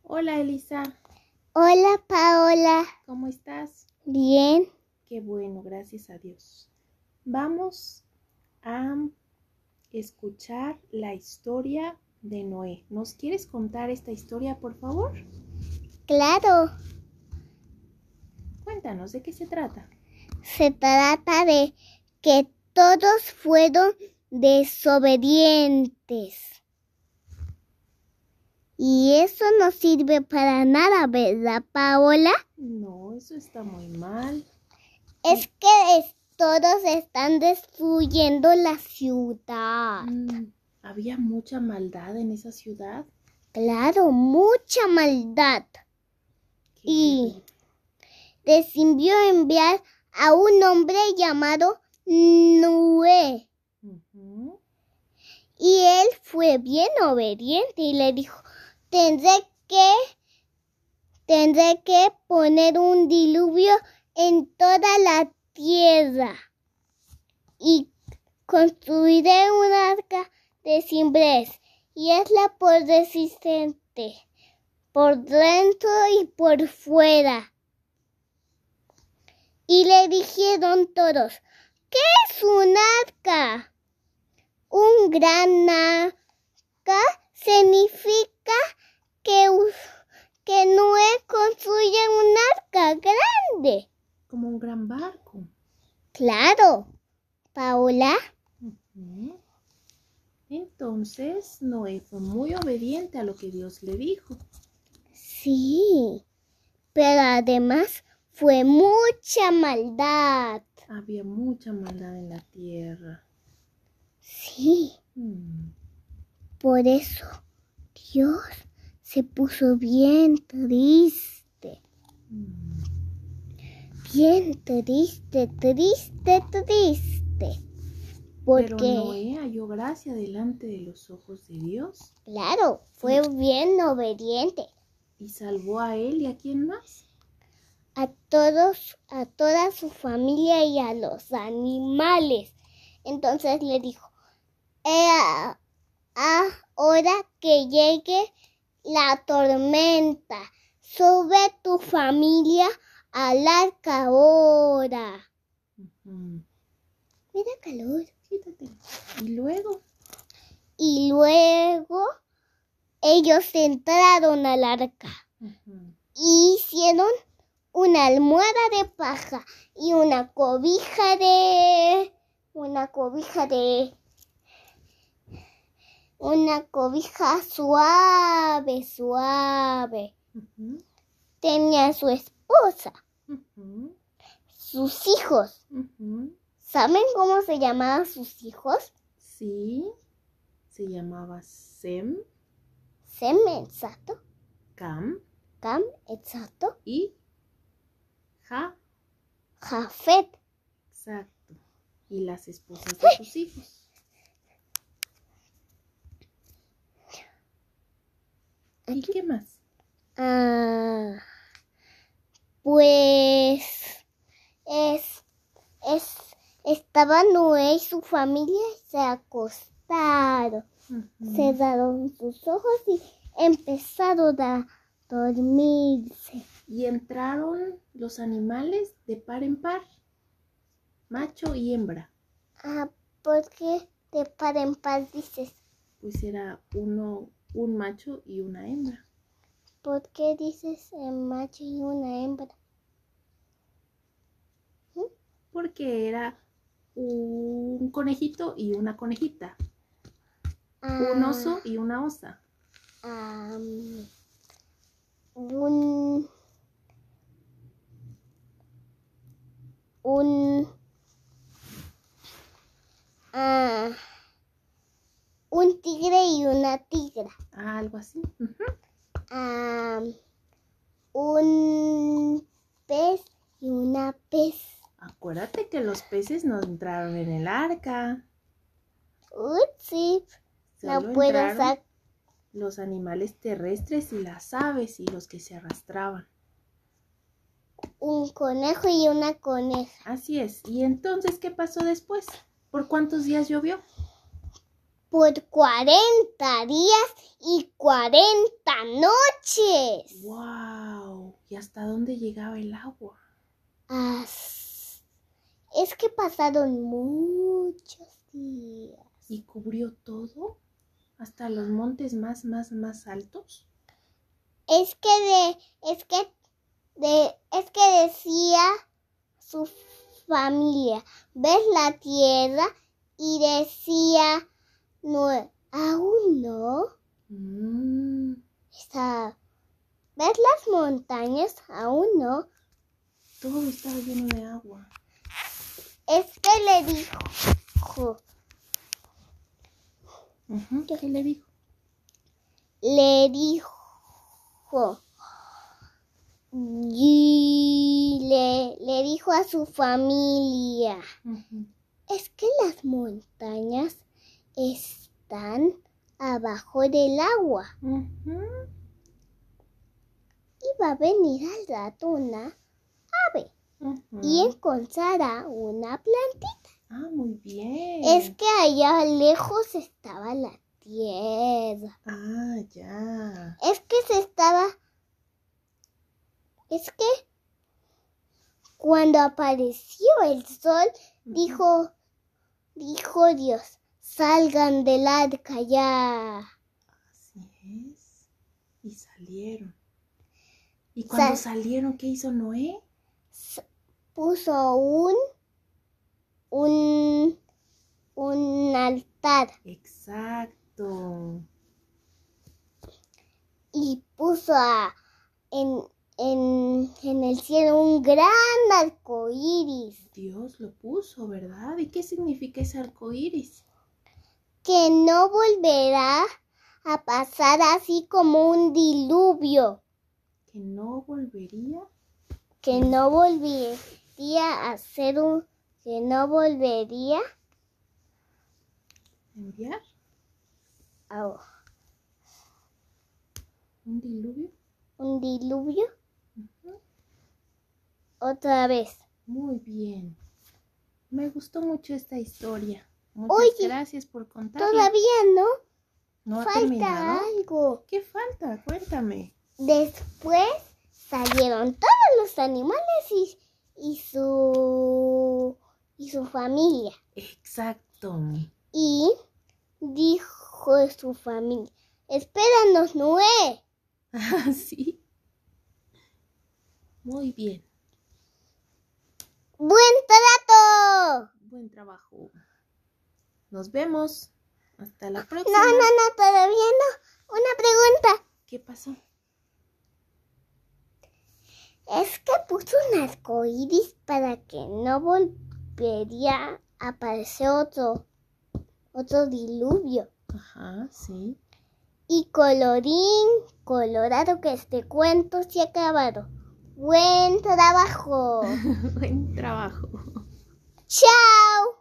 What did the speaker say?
Hola Elisa, Hola Paola, ¿cómo estás? bien. Qué bueno, gracias a Dios. Vamos a escuchar la historia de Noé. ¿Nos quieres contar esta historia, por favor? Claro, Cuéntanos, ¿de qué se trata? se trata de que todos fueron desobedientes. Y eso no sirve para nada, ¿verdad, Paola? No, eso está muy mal. Es que todos están destruyendo la ciudad. ¿Había mucha maldad en esa ciudad? Claro, mucha maldad. Qué Y terrible. decidió enviar a un hombre llamado Noé. Y él fue bien obediente y le dijo, tendré que poner un diluvio en toda la tierra y construiré un arca de cimbres y hazla por resistente, por dentro y por fuera. Y le dijeron todos, ¿qué es un arca? Un gran arca significa que Noé construye un arca grande. Como un gran barco. Claro, Paola. Entonces, Noé fue muy obediente a lo que Dios le dijo. Sí, pero además fue mucha maldad. Había mucha maldad en la tierra. Sí, por eso Dios se puso bien triste. Bien triste. Pero Porque, Noé halló gracia delante de los ojos de Dios claro, fue bien obediente. y salvó a él y a quién más. A toda su familia y a los animales. Entonces le dijo, ahora que llegue la tormenta, sube tu familia al arca ahora. Mira calor. Quítate. Y luego ellos entraron al arca y hicieron una almohada de paja y una cobija suave. Tenía su esposa, sus hijos. ¿Saben cómo se llamaban sus hijos? Sí, se llamaba Sem, Exacto. Cam Exacto. y Jafet. Exacto. Y las esposas de sus hijos. ¿Y qué más? Pues estaba Noé y su familia y se acostaron, cerraron sus ojos y empezaron a dormirse. Y entraron los animales de par en par, macho y hembra. ¿Por qué de par en par dices? Pues era un macho y una hembra. ¿Por qué dices un macho y una hembra? Porque era un conejito y una conejita. Un oso y una osa. Un tigre y una tigra. Algo así. Un pez y una pez. Acuérdate que los peces no entraron en el arca. Sí. Solo No puedo entraron los animales terrestres y las aves y los que se arrastraban. Un conejo y una coneja. Así es. ¿Y entonces qué pasó después? ¿Por cuántos días llovió? por 40 días y 40 noches. ¡Wow! ¿Y hasta dónde llegaba el agua? Es que pasaron muchos días. ¿Y cubrió todo? ¿Hasta los montes más altos? Es que decía su familia, ¿ves la tierra? Y decía, no, aún no. ¿Ves las montañas? Aún no. Todo estaba lleno de agua. Es que le dijo. ¿Qué le dijo? Le dijo. Y le dijo a su familia. Es que las montañas están abajo del agua. Y va a venir al rato una ave y encontrará una plantita. Ah, muy bien. Es que allá lejos estaba la tierra. Ah, ya. Es que cuando apareció el sol, dijo Dios, salgan del arca ya. Así es. Y salieron. ¿Y cuando salieron, qué hizo Noé? Puso un altar. Exacto. Y puso en el cielo un gran arco iris. Dios lo puso, ¿verdad? ¿Y qué significa ese arco iris? Que no volverá a pasar así como un diluvio. ¿Que no volvería? Que no volvería a ser que no volvería ¿Enviar? ¿Un diluvio? Un diluvio. Otra vez. Muy bien. Me gustó mucho esta historia. Muchas gracias por contarla. Todavía no. ¿No ha falta terminado? Algo. ¿Qué falta? Cuéntame. Después salieron todos los animales y su familia. Exacto. Y dijo su familia, espéranos, Noé. Ah, sí. Muy bien. ¡Buen trato! Buen trabajo. Nos vemos. Hasta la próxima. No, todavía no. Una pregunta. ¿Qué pasó? Es que puso un arco iris para que no volvería a aparecer otro diluvio. Ajá, sí. Y colorín colorado, que este cuento se ha acabado. ¡Buen trabajo! Buen trabajo. ¡Chao!